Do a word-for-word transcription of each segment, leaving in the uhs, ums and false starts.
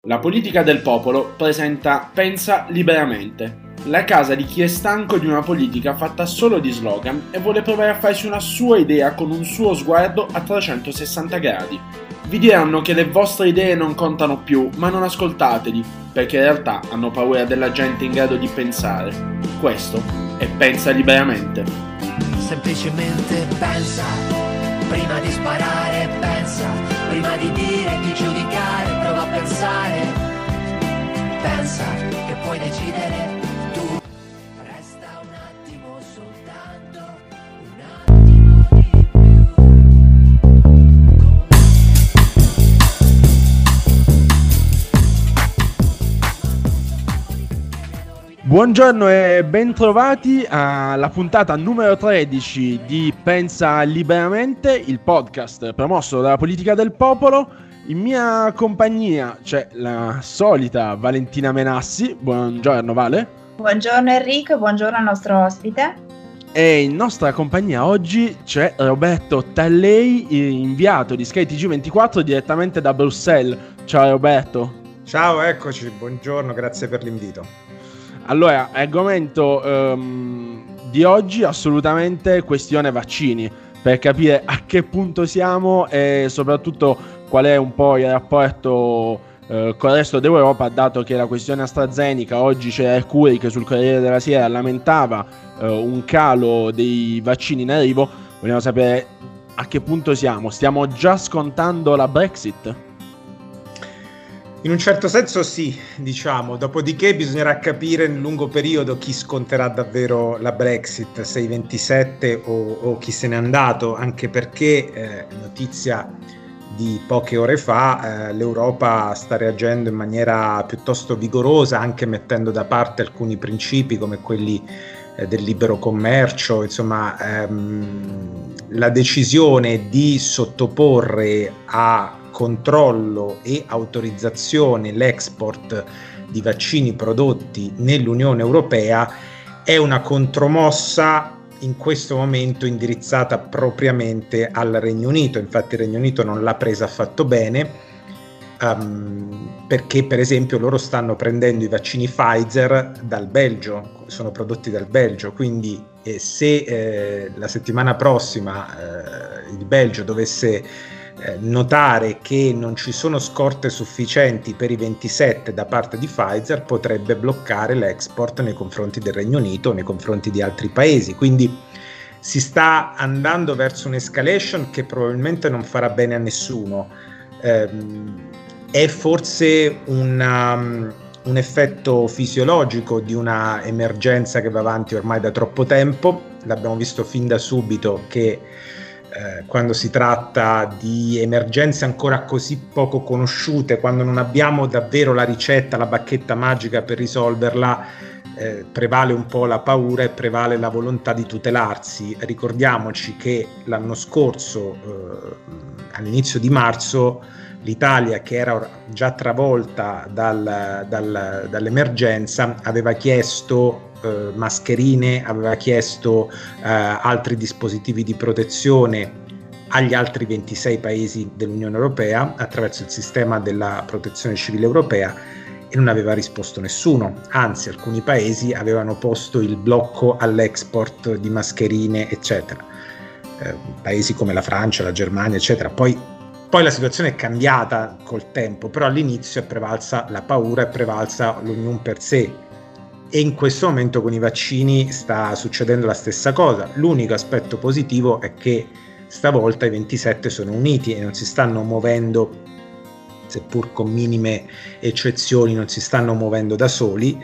La politica del popolo presenta Pensa liberamente, la casa di chi è stanco di una politica fatta solo di slogan e vuole provare a farsi una sua idea con un suo sguardo a trecentosessanta gradi. Vi diranno che le vostre idee non contano più, ma non ascoltateli, perché in realtà hanno paura della gente in grado di pensare. Questo è Pensa liberamente. Semplicemente pensa, prima di sparare pensa, prima di dire, di giudicare, prova a pensare, pensa che puoi decidere tu, resta un attimo soltanto, un attimo di Buongiorno e bentrovati alla puntata numero tredici di Pensa Liberamente, il podcast promosso dalla politica del popolo. In mia compagnia c'è la solita Valentina Menassi. Buongiorno Vale. Buongiorno Enrico e buongiorno al nostro ospite. E in nostra compagnia oggi c'è Roberto Tallei, inviato di Sky T G ventiquattro direttamente da Bruxelles. Ciao Roberto. Ciao, eccoci, buongiorno, grazie per l'invito. Allora, argomento um, di oggi assolutamente questione vaccini, per capire a che punto siamo e soprattutto qual è un po' il rapporto uh, con il resto d'Europa, dato che la questione AstraZeneca, oggi c'è Arcuri che sul Corriere della Sera lamentava uh, un calo dei vaccini in arrivo. Vogliamo sapere a che punto siamo. Stiamo già scontando la Brexit? In un certo senso sì, diciamo, dopodiché bisognerà capire nel lungo periodo chi sconterà davvero la Brexit, se i ventisette o, o chi se n'è andato, anche perché, eh, notizia di poche ore fa, eh, l'Europa sta reagendo in maniera piuttosto vigorosa, anche mettendo da parte alcuni principi come quelli eh, del libero commercio. Insomma, ehm, la decisione di sottoporre a controllo e autorizzazione l'export di vaccini prodotti nell'Unione Europea è una contromossa in questo momento indirizzata propriamente al Regno Unito. Infatti il Regno Unito non l'ha presa affatto bene, um, perché per esempio loro stanno prendendo i vaccini Pfizer dal Belgio, sono prodotti dal Belgio, quindi eh, se eh, la settimana prossima eh, il Belgio dovesse notare che non ci sono scorte sufficienti per i ventisette da parte di Pfizer, potrebbe bloccare l'export nei confronti del Regno Unito, nei confronti di altri paesi. Quindi si sta andando verso un'escalation che probabilmente non farà bene a nessuno. Ehm, è forse una, un effetto fisiologico di una emergenza che va avanti ormai da troppo tempo. L'abbiamo visto fin da subito che Eh, quando si tratta di emergenze ancora così poco conosciute, quando non abbiamo davvero la ricetta, la bacchetta magica per risolverla, eh, prevale un po' la paura e prevale la volontà di tutelarsi. Ricordiamoci che l'anno scorso, eh, all'inizio di marzo, l'Italia, che era già travolta dal, dal, dall'emergenza, aveva chiesto Uh, mascherine, aveva chiesto uh, altri dispositivi di protezione agli altri ventisei paesi dell'Unione Europea attraverso il sistema della protezione civile europea e non aveva risposto nessuno. Anzi, alcuni paesi avevano posto il blocco all'export di mascherine, eccetera. Uh, paesi come la Francia, la Germania, eccetera. Poi, poi la situazione è cambiata col tempo, però all'inizio è prevalsa la paura, è prevalsa l'ognuno per sé. E in questo momento con i vaccini sta succedendo la stessa cosa. L'unico aspetto positivo è che stavolta i ventisette sono uniti e non si stanno muovendo, seppur con minime eccezioni, non si stanno muovendo da soli,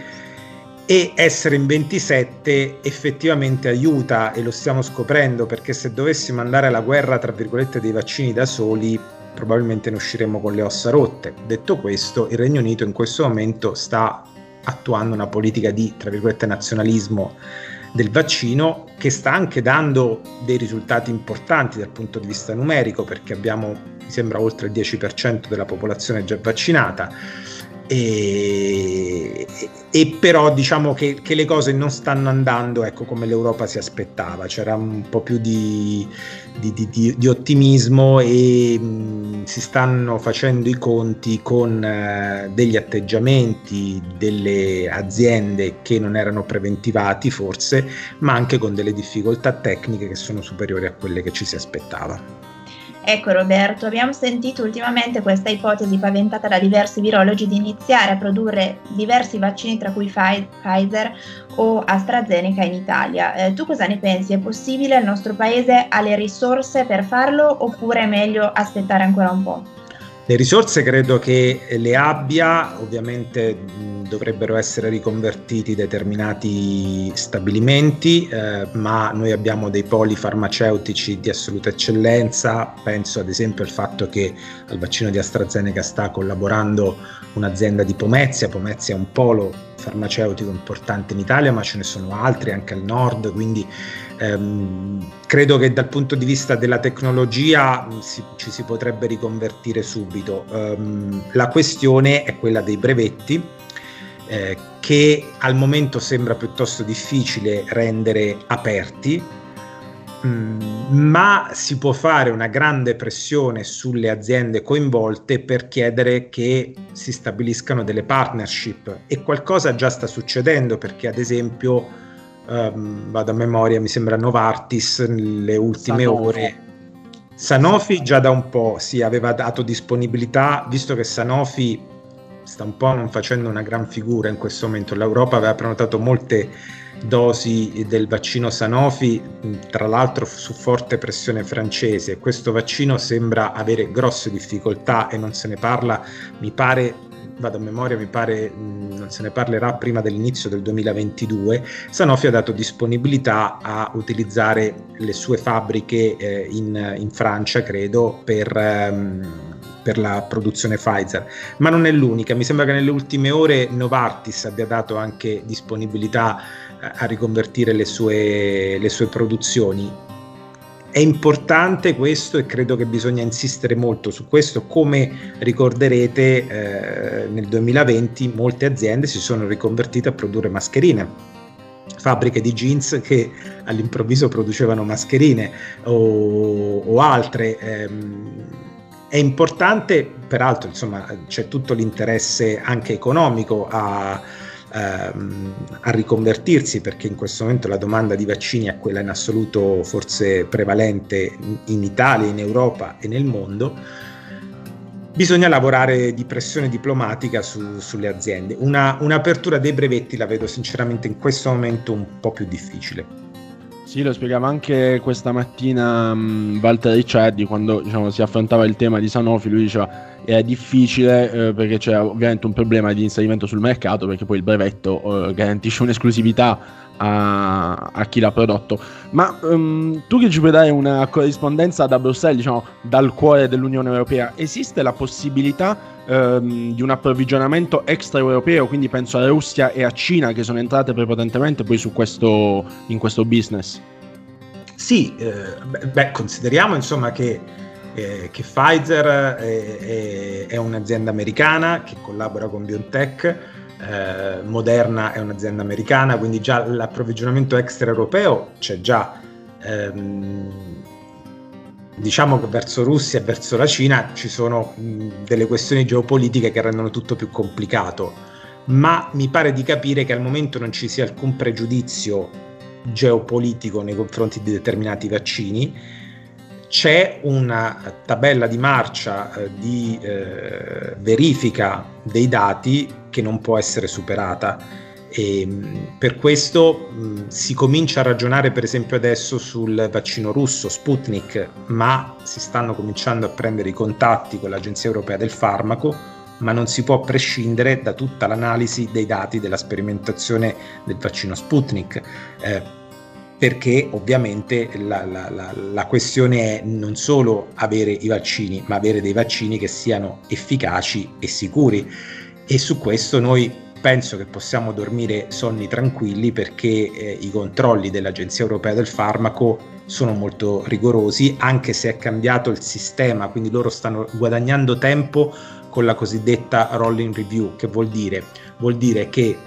e essere in ventisette effettivamente aiuta, e lo stiamo scoprendo, perché se dovessimo andare alla guerra tra virgolette dei vaccini da soli probabilmente ne usciremo con le ossa rotte. Detto questo, il Regno Unito in questo momento sta attuando una politica di, tra virgolette, nazionalismo del vaccino, che sta anche dando dei risultati importanti dal punto di vista numerico, perché abbiamo, mi sembra, oltre il dieci per cento della popolazione già vaccinata, E, e però diciamo che, che le cose non stanno andando, ecco, come l'Europa si aspettava. C'era un po' più di, di, di, di ottimismo e mh, si stanno facendo i conti con uh, degli atteggiamenti delle aziende che non erano preventivati forse, ma anche con delle difficoltà tecniche che sono superiori a quelle che ci si aspettava. Ecco Roberto, abbiamo sentito ultimamente questa ipotesi paventata da diversi virologi di iniziare a produrre diversi vaccini, tra cui Pfizer o AstraZeneca in Italia. Eh, tu cosa ne pensi? È possibile? Il nostro paese ha le risorse per farlo oppure è meglio aspettare ancora un po'? Le risorse credo che le abbia, ovviamente mh, dovrebbero essere riconvertiti determinati stabilimenti, eh, ma noi abbiamo dei poli farmaceutici di assoluta eccellenza. Penso ad esempio al fatto che al vaccino di AstraZeneca sta collaborando un'azienda di Pomezia. Pomezia è un polo farmaceutico importante in Italia, ma ce ne sono altri anche al nord, quindi ehm, credo che dal punto di vista della tecnologia si, ci si potrebbe riconvertire subito. Um, la questione è quella dei brevetti, eh, che al momento sembra piuttosto difficile rendere aperti, um, ma si può fare una grande pressione sulle aziende coinvolte per chiedere che si stabiliscano delle partnership, e qualcosa già sta succedendo, perché ad esempio Um, vado a memoria, mi sembra Novartis nelle ultime Sanofi. ore, Sanofi già da un po' sì, aveva dato disponibilità, visto che Sanofi sta un po' non facendo una gran figura in questo momento. L'Europa aveva prenotato molte dosi del vaccino Sanofi, tra l'altro su forte pressione francese. Questo vaccino sembra avere grosse difficoltà e non se ne parla, mi pare, vado a memoria, mi pare mh, non se ne parlerà prima dell'inizio del duemilaventidue. Sanofi ha dato disponibilità a utilizzare le sue fabbriche eh, in, in Francia, credo, per, ehm, per la produzione Pfizer, ma non è l'unica. Mi sembra che nelle ultime ore Novartis abbia dato anche disponibilità eh, a riconvertire le sue, le sue produzioni. È importante questo e credo che bisogna insistere molto su questo. Come ricorderete, eh, nel duemilaventi molte aziende si sono riconvertite a produrre mascherine, fabbriche di jeans che all'improvviso producevano mascherine o, o altre. Ehm, è importante, peraltro, insomma, c'è tutto l'interesse anche economico a a riconvertirsi, perché in questo momento la domanda di vaccini è quella in assoluto forse prevalente in Italia, in Europa e nel mondo. Bisogna lavorare di pressione diplomatica su, sulle aziende. Una, un'apertura dei brevetti la vedo sinceramente in questo momento un po' più difficile. Sì, lo spiegava anche questa mattina um, Walter Ricciardi, quando diciamo, si affrontava il tema di Sanofi. Lui diceva è difficile eh, perché c'è ovviamente un problema di inserimento sul mercato, perché poi il brevetto eh, garantisce un'esclusività a, a chi l'ha prodotto. Ma um, tu che ci puoi dare una corrispondenza da Bruxelles, diciamo dal cuore dell'Unione Europea, esiste la possibilità um, di un approvvigionamento extraeuropeo? Quindi penso a Russia e a Cina, che sono entrate prepotentemente poi su questo, in questo business. Sì, eh, beh, consideriamo insomma che Eh, che Pfizer è, è, è un'azienda americana che collabora con BioNTech, eh, Moderna è un'azienda americana, quindi già l'approvvigionamento extraeuropeo c'è già. Ehm, diciamo che verso Russia e verso la Cina ci sono mh, delle questioni geopolitiche che rendono tutto più complicato, ma mi pare di capire che al momento non ci sia alcun pregiudizio geopolitico nei confronti di determinati vaccini. C'è una tabella di marcia eh, di eh, verifica dei dati che non può essere superata, e mh, per questo mh, si comincia a ragionare per esempio adesso sul vaccino russo Sputnik, ma si stanno cominciando a prendere i contatti con l'Agenzia Europea del Farmaco, ma non si può prescindere da tutta l'analisi dei dati della sperimentazione del vaccino Sputnik. Eh, perché ovviamente la, la, la, la questione è non solo avere i vaccini, ma avere dei vaccini che siano efficaci e sicuri, e su questo noi penso che possiamo dormire sonni tranquilli, perché eh, i controlli dell'Agenzia Europea del Farmaco sono molto rigorosi, anche se è cambiato il sistema, quindi loro stanno guadagnando tempo con la cosiddetta rolling review. Che vuol dire? Vuol dire che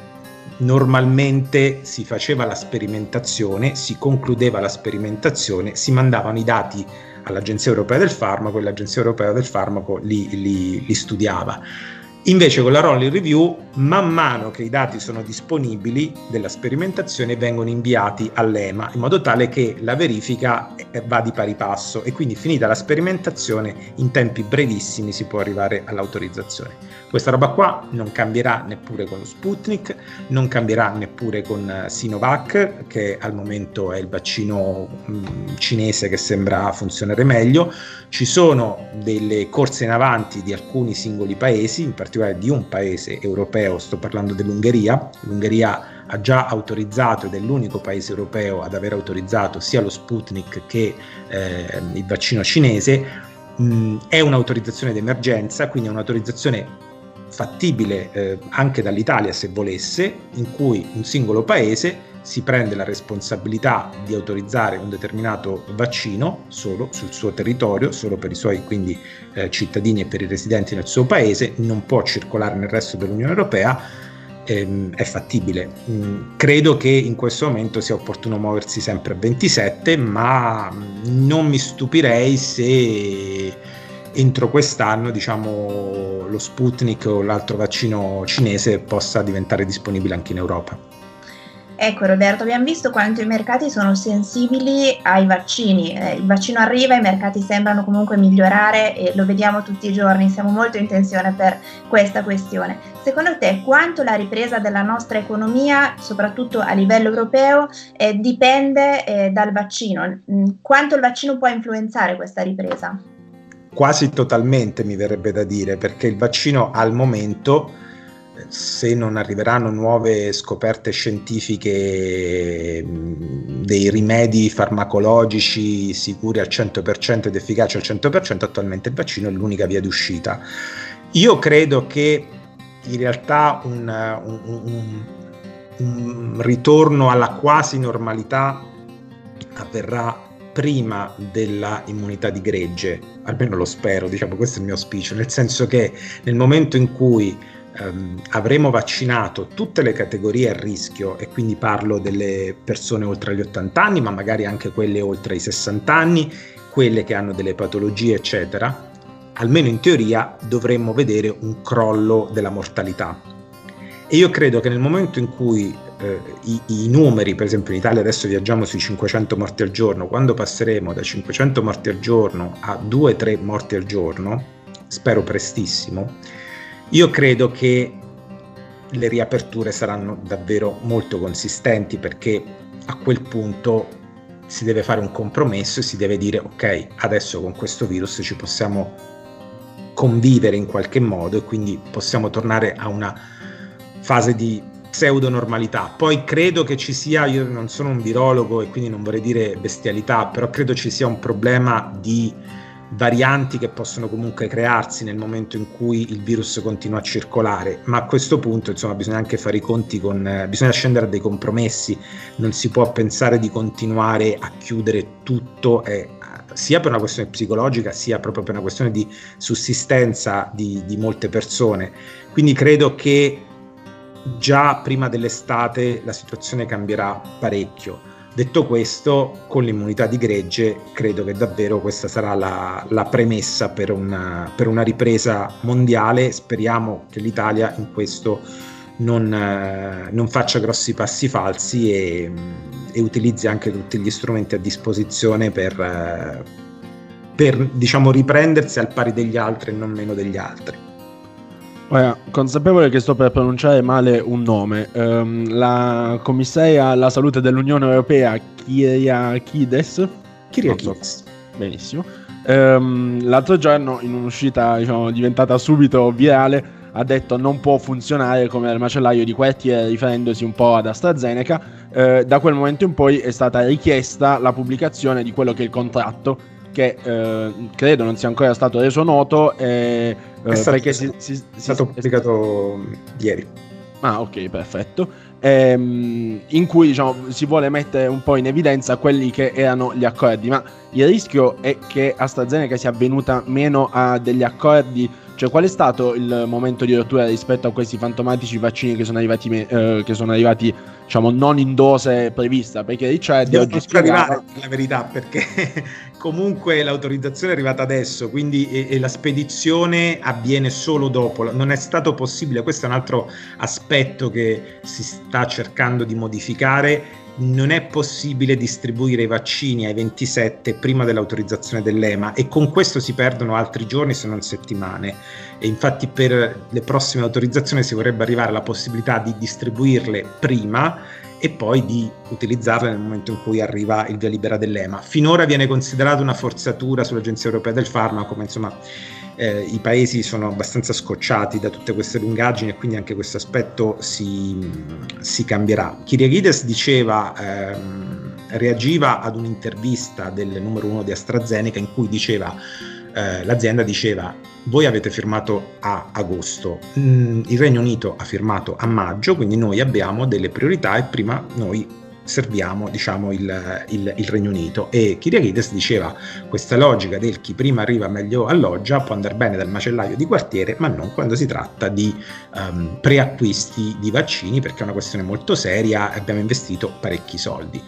normalmente si faceva la sperimentazione, si concludeva la sperimentazione, si mandavano i dati all'Agenzia Europea del Farmaco e l'Agenzia Europea del Farmaco li, li, li studiava. Invece con la rolling review, man mano che i dati sono disponibili della sperimentazione, vengono inviati all'E M A, in modo tale che la verifica va di pari passo, e quindi finita la sperimentazione in tempi brevissimi si può arrivare all'autorizzazione. Questa roba qua non cambierà neppure con lo Sputnik, non cambierà neppure con Sinovac, che al momento è il vaccino mh, cinese che sembra funzionare meglio. Ci sono delle corse in avanti di alcuni singoli paesi, in particolare di un paese europeo, sto parlando dell'Ungheria. L'Ungheria ha già autorizzato, ed è l'unico paese europeo ad aver autorizzato sia lo Sputnik che eh, il vaccino cinese. Mh, è un'autorizzazione d'emergenza, quindi è un'autorizzazione fattibile eh, anche dall'Italia se volesse, in cui un singolo paese si prende la responsabilità di autorizzare un determinato vaccino solo sul suo territorio, solo per i suoi quindi eh, cittadini e per i residenti nel suo paese, non può circolare nel resto dell'Unione Europea. Ehm, è fattibile. Mm, credo che in questo momento sia opportuno muoversi sempre a ventisette, ma non mi stupirei se entro quest'anno, diciamo, lo Sputnik o l'altro vaccino cinese possa diventare disponibile anche in Europa. Ecco Roberto, abbiamo visto quanto i mercati sono sensibili ai vaccini. Eh, il vaccino arriva, i mercati sembrano comunque migliorare e lo vediamo tutti i giorni, siamo molto in tensione per questa questione. Secondo te quanto la ripresa della nostra economia, soprattutto a livello europeo, eh, dipende eh, dal vaccino? Quanto il vaccino può influenzare questa ripresa? Quasi totalmente, mi verrebbe da dire, perché il vaccino al momento, se non arriveranno nuove scoperte scientifiche, dei rimedi farmacologici sicuri al cento per cento ed efficaci al cento per cento, attualmente il vaccino è l'unica via d'uscita. Io credo che in realtà un, un, un, un ritorno alla quasi normalità avverrà prima della immunità di gregge, almeno lo spero, diciamo, questo è il mio auspicio, nel senso che nel momento in cui ehm, avremo vaccinato tutte le categorie a rischio, e quindi parlo delle persone oltre gli ottanta anni, ma magari anche quelle oltre i sessanta anni, quelle che hanno delle patologie eccetera, almeno in teoria dovremmo vedere un crollo della mortalità. E io credo che nel momento in cui eh, i, i numeri, per esempio in Italia adesso viaggiamo sui cinquecento morti al giorno, quando passeremo da cinquecento morti al giorno a due tre morti al giorno, spero prestissimo, io credo che le riaperture saranno davvero molto consistenti, perché a quel punto si deve fare un compromesso e si deve dire ok, adesso con questo virus ci possiamo convivere in qualche modo e quindi possiamo tornare a una fase di pseudo normalità. Poi credo che ci sia, io non sono un virologo e quindi non vorrei dire bestialità, però credo ci sia un problema di varianti che possono comunque crearsi nel momento in cui il virus continua a circolare, ma a questo punto insomma bisogna anche fare i conti con, eh, bisogna scendere a dei compromessi, non si può pensare di continuare a chiudere tutto, eh, sia per una questione psicologica sia proprio per una questione di sussistenza di, di molte persone. Quindi credo che già prima dell'estate la situazione cambierà parecchio. Detto questo, con l'immunità di gregge credo che davvero questa sarà la, la premessa per una, per una ripresa mondiale. Speriamo che l'Italia in questo non, eh, non faccia grossi passi falsi e, e utilizzi anche tutti gli strumenti a disposizione per, eh, per diciamo riprendersi al pari degli altri e non meno degli altri. Ora, consapevole che sto per pronunciare male un nome, um, la commissaria alla salute dell'Unione Europea Kyriakides, Kyriakides. So, benissimo, um, l'altro giorno in un'uscita diciamo diventata subito virale ha detto non può funzionare come il macellaio di quartiere, riferendosi un po' ad AstraZeneca. Uh, da quel momento in poi è stata richiesta la pubblicazione di quello che è il contratto, che eh, credo non sia ancora stato reso noto, eh, è stato, perché si, si, è stato si, pubblicato ieri. Ah, ok, perfetto. Ehm, in cui, diciamo, si vuole mettere un po' in evidenza quelli che erano gli accordi, ma il rischio è che AstraZeneca sia avvenuta meno a degli accordi. Cioè, qual è stato il momento di rottura rispetto a questi fantomatici vaccini che sono arrivati, eh, che sono arrivati, diciamo, non in dose prevista? Perché Ricciardi Devo oggi spiegava... arrivare, la verità, perché comunque l'autorizzazione è arrivata adesso, quindi e, e la spedizione avviene solo dopo. Non è stato possibile, questo è un altro aspetto che si sta cercando di modificare. Non è possibile distribuire i vaccini ai ventisette prima dell'autorizzazione dell'E M A, e con questo si perdono altri giorni se non settimane, e infatti per le prossime autorizzazioni si vorrebbe arrivare alla possibilità di distribuirle prima e poi di utilizzarle nel momento in cui arriva il via libera dell'E M A. Finora viene considerata una forzatura sull'Agenzia Europea del Farmaco, ma insomma eh, i paesi sono abbastanza scocciati da tutte queste lungaggini, e quindi anche questo aspetto si, si cambierà. Kyriakides diceva, ehm, reagiva ad un'intervista del numero uno di AstraZeneca in cui diceva, eh, l'azienda diceva: voi avete firmato a agosto, mm, il Regno Unito ha firmato a maggio, quindi noi abbiamo delle priorità e prima noi serviamo, diciamo, il, il, il Regno Unito. E Kyriakides diceva: questa logica del chi prima arriva meglio alloggia può andare bene dal macellaio di quartiere, ma non quando si tratta di um, preacquisti di vaccini, perché è una questione molto seria e abbiamo investito parecchi soldi.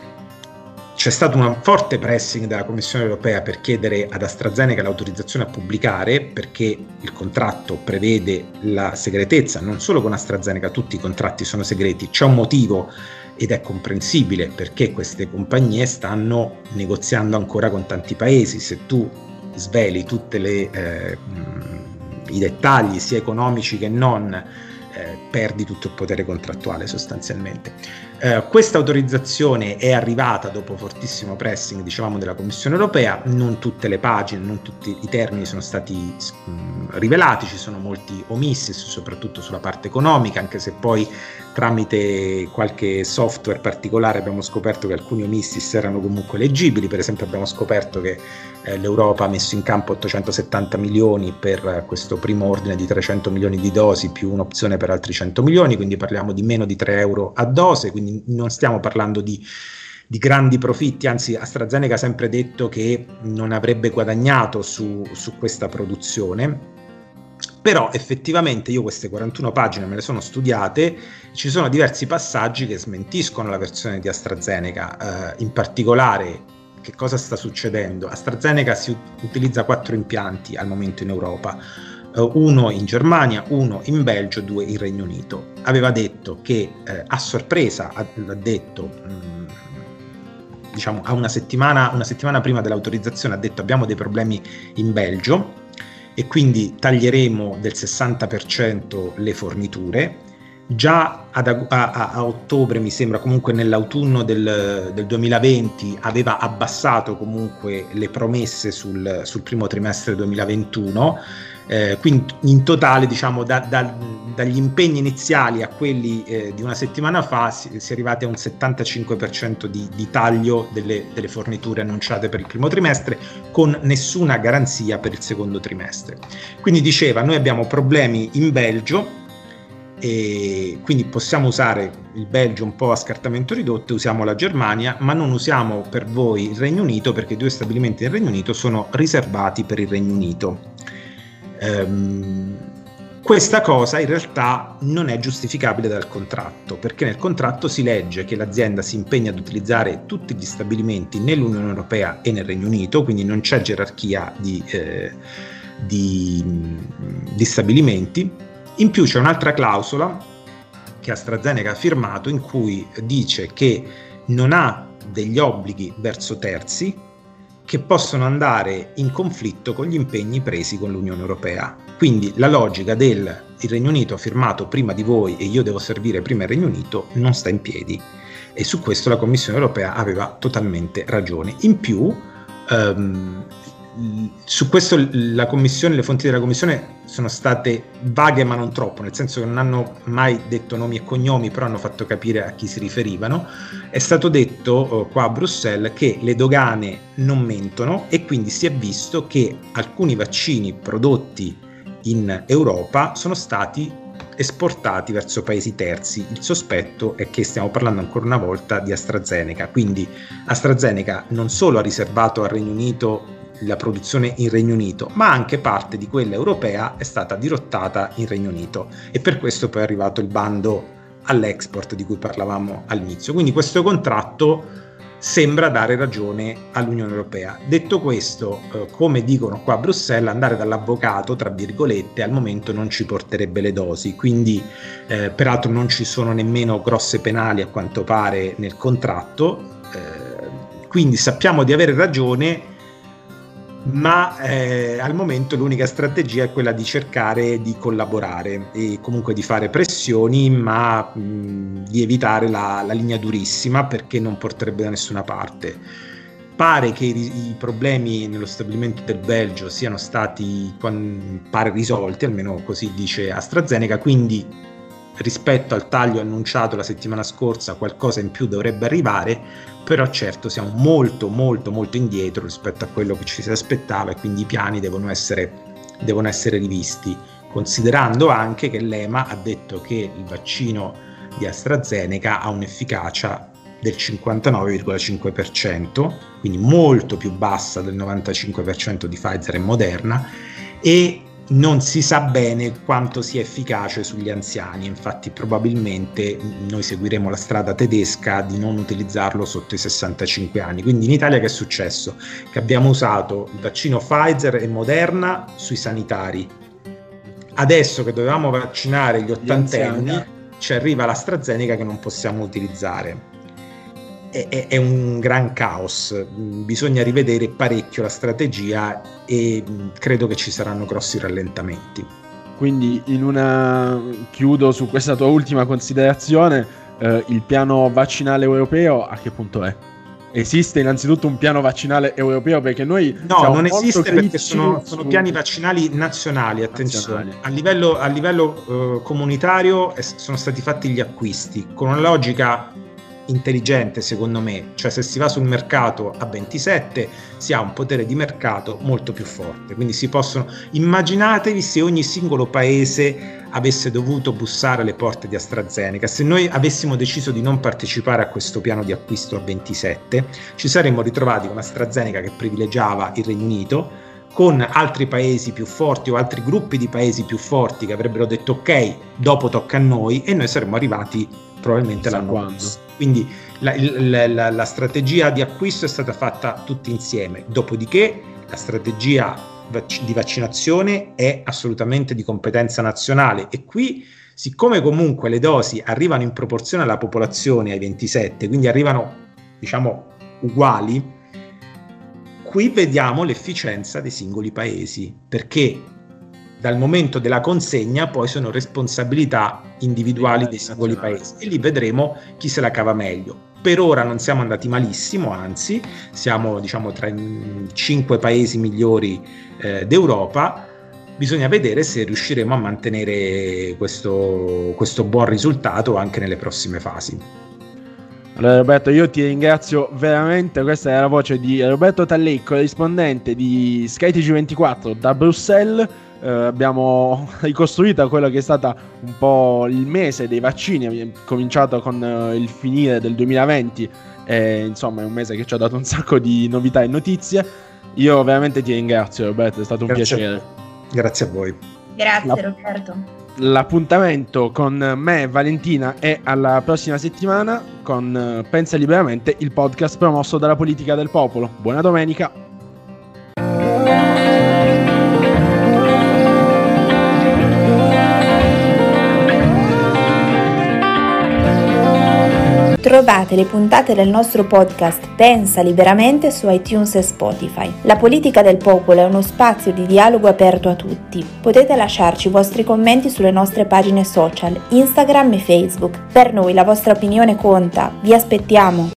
C'è stato un forte pressing della Commissione europea per chiedere ad AstraZeneca l'autorizzazione a pubblicare, perché il contratto prevede la segretezza, non solo con AstraZeneca, tutti i contratti sono segreti. C'è un motivo ed è comprensibile, perché queste compagnie stanno negoziando ancora con tanti paesi. Se tu sveli tutti eh, i dettagli sia economici che non, eh, perdi tutto il potere contrattuale sostanzialmente. Uh, questa autorizzazione è arrivata dopo fortissimo pressing, dicevamo, della Commissione europea. Non tutte le pagine, non tutti i termini sono stati mh, rivelati, ci sono molti omissi, soprattutto sulla parte economica, anche se poi tramite qualche software particolare abbiamo scoperto che alcuni omissis erano comunque leggibili. Per esempio abbiamo scoperto che eh, l'Europa ha messo in campo ottocentosettanta milioni per eh, questo primo ordine di trecento milioni di dosi più un'opzione per altri cento milioni, quindi parliamo di meno di tre euro a dose, quindi non stiamo parlando di, di grandi profitti. Anzi, AstraZeneca ha sempre detto che non avrebbe guadagnato su, su questa produzione. Però effettivamente io queste quarantuno pagine me le sono studiate, ci sono diversi passaggi che smentiscono la versione di AstraZeneca. Eh, in particolare, che cosa sta succedendo? AstraZeneca si utilizza quattro impianti al momento in Europa, uh, uno in Germania, uno in Belgio, due in Regno Unito. Aveva detto che eh, a sorpresa, ha, l'ha detto mh, diciamo a una settimana, una settimana prima dell'autorizzazione, ha detto: abbiamo dei problemi in Belgio e quindi taglieremo del sessanta per cento le forniture. Già ad, a, a, a ottobre, mi sembra, comunque nell'autunno del, del duemilaventi, aveva abbassato comunque le promesse sul, sul primo trimestre duemilaventuno, eh, quindi in totale, diciamo, da, da, dagli impegni iniziali a quelli eh, di una settimana fa si, si è arrivati a un settantacinque per cento di, di taglio delle, delle forniture annunciate per il primo trimestre, con nessuna garanzia per il secondo trimestre. Quindi diceva: noi abbiamo problemi in Belgio, e quindi possiamo usare il Belgio un po' a scartamento ridotto, usiamo la Germania, ma non usiamo per voi il Regno Unito, perché i due stabilimenti del Regno Unito sono riservati per il Regno Unito. Ehm, questa cosa in realtà non è giustificabile dal contratto, perché nel contratto si legge che l'azienda si impegna ad utilizzare tutti gli stabilimenti nell'Unione Europea e nel Regno Unito, quindi non c'è gerarchia di, eh, di, di stabilimenti. In più c'è un'altra clausola che AstraZeneca ha firmato, in cui dice che non ha degli obblighi verso terzi che possono andare in conflitto con gli impegni presi con l'Unione Europea. Quindi la logica del il Regno Unito ha firmato prima di voi e io devo servire prima il Regno Unito non sta in piedi, e su questo la Commissione Europea aveva totalmente ragione. In più um, su questo la Commissione, le fonti della Commissione sono state vaghe ma non troppo, nel senso che non hanno mai detto nomi e cognomi, però hanno fatto capire a chi si riferivano. È stato detto eh, qua a Bruxelles che le dogane non mentono, e quindi si è visto che alcuni vaccini prodotti in Europa sono stati esportati verso paesi terzi. Il sospetto è che stiamo parlando ancora una volta di AstraZeneca, quindi AstraZeneca non solo ha riservato al Regno Unito la produzione in Regno Unito, ma anche parte di quella europea è stata dirottata in Regno Unito, e per questo poi è arrivato il bando all'export di cui parlavamo all'inizio. Quindi questo contratto sembra dare ragione all'Unione Europea. Detto questo, eh, come dicono qua a Bruxelles, andare dall'avvocato, tra virgolette, al momento non ci porterebbe le dosi, quindi eh, peraltro non ci sono nemmeno grosse penali a quanto pare nel contratto, eh, quindi sappiamo di avere ragione, ma eh, al momento l'unica strategia è quella di cercare di collaborare e comunque di fare pressioni, ma mh, di evitare la, la linea durissima, perché non porterebbe da nessuna parte. Pare che i, i problemi nello stabilimento del Belgio siano stati pare risolti, almeno così dice AstraZeneca, quindi rispetto al taglio annunciato la settimana scorsa qualcosa in più dovrebbe arrivare, però certo siamo molto molto molto indietro rispetto a quello che ci si aspettava, e quindi i piani devono essere, devono essere rivisti, considerando anche che l'E M A ha detto che il vaccino di AstraZeneca ha un'efficacia del cinquantanove virgola cinque per cento, quindi molto più bassa del novantacinque per cento di Pfizer e Moderna, e non si sa bene quanto sia efficace sugli anziani. Infatti probabilmente noi seguiremo la strada tedesca di non utilizzarlo sotto i sessantacinque anni. Quindi in Italia che è successo? Che abbiamo usato il vaccino Pfizer e Moderna sui sanitari. Adesso che dovevamo vaccinare gli ottantenni ci arriva l'AstraZeneca che non possiamo utilizzare. È, è un gran caos, bisogna rivedere parecchio la strategia e credo che ci saranno grossi rallentamenti. Quindi in una chiudo su questa tua ultima considerazione, eh, il piano vaccinale europeo a che punto è? Esiste innanzitutto un piano vaccinale europeo? Perché noi no, non esiste, perché sono, sono piani vaccinali nazionali, attenzione. Nazionali. A livello, a livello eh, comunitario eh, sono stati fatti gli acquisti con una logica intelligente, secondo me, cioè se si va sul mercato a ventisette si ha un potere di mercato molto più forte, quindi si possono, immaginatevi se ogni singolo paese avesse dovuto bussare alle porte di AstraZeneca. Se noi avessimo deciso di non partecipare a questo piano di acquisto a ventisette, ci saremmo ritrovati con AstraZeneca che privilegiava il Regno Unito, con altri paesi più forti o altri gruppi di paesi più forti che avrebbero detto ok, dopo tocca a noi, e noi saremmo arrivati probabilmente l'anno prossimo. Quindi la, la, la, la strategia di acquisto è stata fatta tutti insieme, dopodiché la strategia vac- di vaccinazione è assolutamente di competenza nazionale, e qui, siccome comunque le dosi arrivano in proporzione alla popolazione, ai ventisette, quindi arrivano diciamo uguali, qui vediamo l'efficienza dei singoli paesi, perché dal momento della consegna poi sono responsabilità individuali dei singoli paesi, e lì vedremo chi se la cava meglio. Per ora non siamo andati malissimo, anzi siamo diciamo tra i cinque paesi migliori eh, d'Europa. Bisogna vedere se riusciremo a mantenere questo, questo buon risultato anche nelle prossime fasi. Allora Roberto, io ti ringrazio veramente. Questa è la voce di Roberto Talley, corrispondente di Sky T G ventiquattro da Bruxelles. Eh, abbiamo ricostruito quello che è stato un po' il mese dei vaccini, abbiamo cominciato con eh, il finire del duemilaventi, e insomma è un mese che ci ha dato un sacco di novità e notizie. Io veramente ti ringrazio Roberto, è stato un Grazie piacere. A Grazie a voi. Grazie La... Roberto. L'appuntamento con me e Valentina è alla prossima settimana con Pensa Liberamente, il podcast promosso dalla Politica del Popolo. Buona domenica. Trovate le puntate del nostro podcast Pensa Liberamente su iTunes e Spotify. La Politica del Popolo è uno spazio di dialogo aperto a tutti. Potete lasciarci i vostri commenti sulle nostre pagine social, Instagram e Facebook. Per noi la vostra opinione conta. Vi aspettiamo!